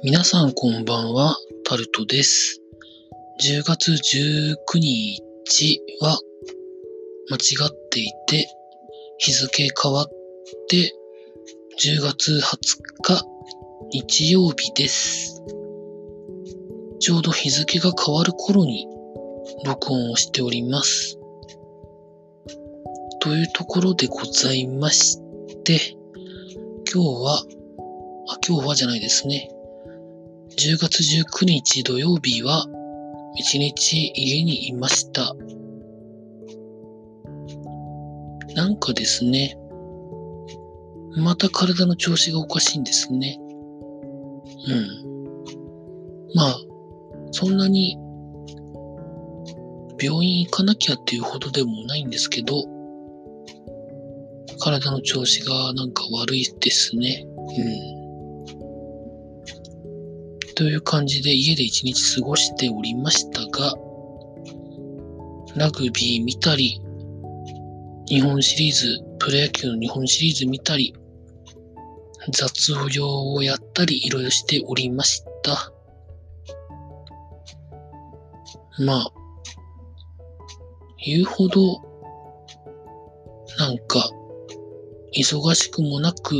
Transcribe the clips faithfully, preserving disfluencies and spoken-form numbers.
皆さんこんばんは、タルトです。じゅうがつじゅうくにちは間違っていて、日付変わってじゅうがつはつか日曜日です。ちょうど日付が変わる頃に録音をしております。というところでございまして、今日は、あ、今日はじゃないですね。じゅうがつじゅうくにち土曜日は一日家にいました。なんかですね、また体の調子がおかしいんですね。うん。まあ、そんなに病院行かなきゃっていうほどでもないんですけど、体の調子がなんか悪いですね。うん。という感じで家で一日過ごしておりましたが、ラグビー見たり、日本シリーズ、プロ野球の日本シリーズ見たり、雑用をやったりいろいろしておりました。まあ、言うほど、なんか、忙しくもなく、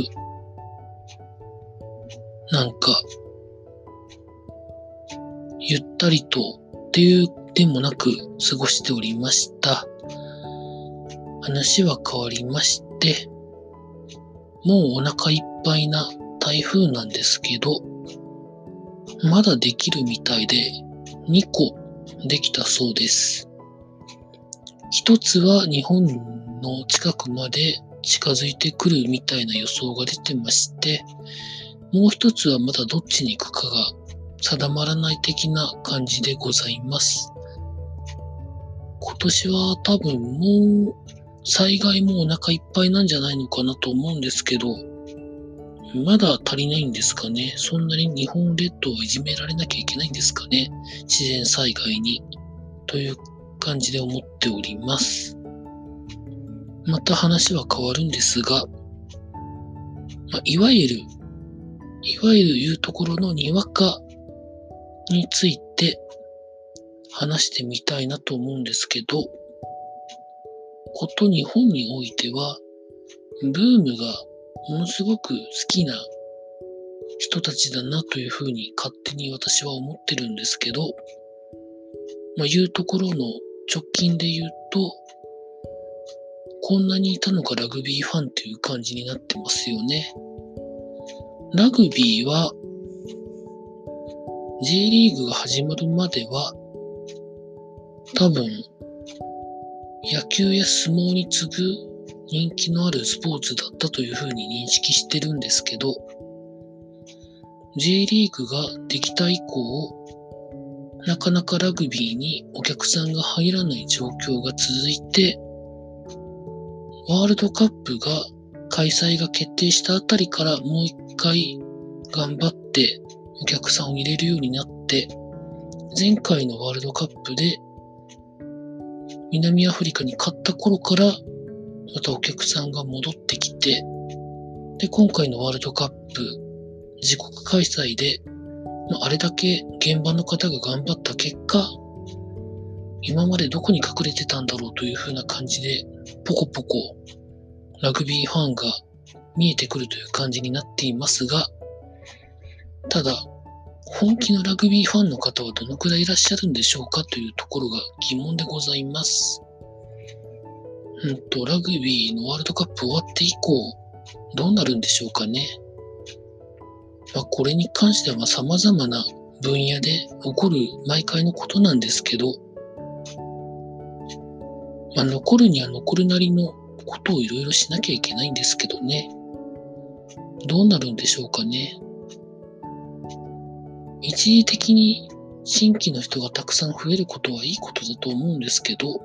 なんか、ゆったりとっていうでもなく過ごしておりました。話は変わりまして、もうお腹いっぱいな台風なんですけど、まだできるみたいでにこできたそうです。一つは日本の近くまで近づいてくるみたいな予想が出てまして、もう一つはまだどっちに行くかが定まらない的な感じでございます。今年は多分もう災害もお腹いっぱいなんじゃないのかなと思うんですけど、まだ足りないんですかね。そんなに日本列島をいじめられなきゃいけないんですかね。自然災害に。という感じで思っております。また話は変わるんですが、まあ、いわゆる、いわゆる言うところのにわかについて話してみたいなと思うんですけど、こと日本においては、ブームがものすごく好きな人たちだなというふうに勝手に私は思ってるんですけど、まあ、言うところの直近で言うと、こんなにいたのかラグビーファンっていう感じになってますよね。ラグビーは J リーグが始まるまでは多分野球や相撲に次ぐ人気のあるスポーツだったというふうに認識してるんですけど、J リーグができた以降、なかなかラグビーにお客さんが入らない状況が続いて、ワールドカップが開催が決定したあたりからもう一回頑張ってお客さんを入れるようになって、前回のワールドカップで南アフリカに勝った頃からまたお客さんが戻ってきて、で、今回のワールドカップ自国開催で、あれだけ現場の方が頑張った結果、今までどこに隠れてたんだろうという風な感じで、ポコポコラグビーファンが見えてくるという感じになっていますが、ただ、本気のラグビーファンの方はどのくらいいらっしゃるんでしょうかというところが疑問でございます。うんと、ラグビーのワールドカップ終わって以降、どうなるんでしょうかね。まあ、これに関しては様々な分野で起こる毎回のことなんですけど、まあ、残るには残るなりのことをいろいろしなきゃいけないんですけどね。どうなるんでしょうかね。一時的に新規の人がたくさん増えることはいいことだと思うんですけど、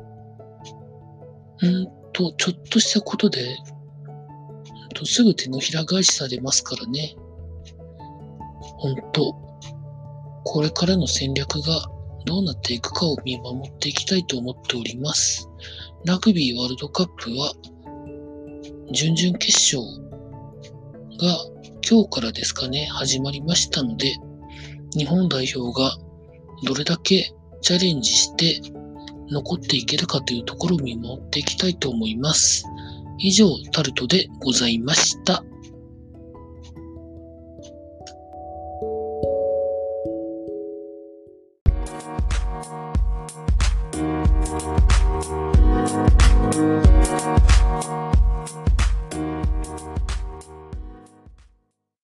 うんと、ちょっとしたことで、うんとすぐ手のひら返しされますからね。ほんと、これからの戦略がどうなっていくかを見守っていきたいと思っております。ラグビーワールドカップは準々決勝が今日からですかね、始まりましたので、日本代表がどれだけチャレンジして残っていけるかというところを見守っていきたいと思います。以上、タルトでございました。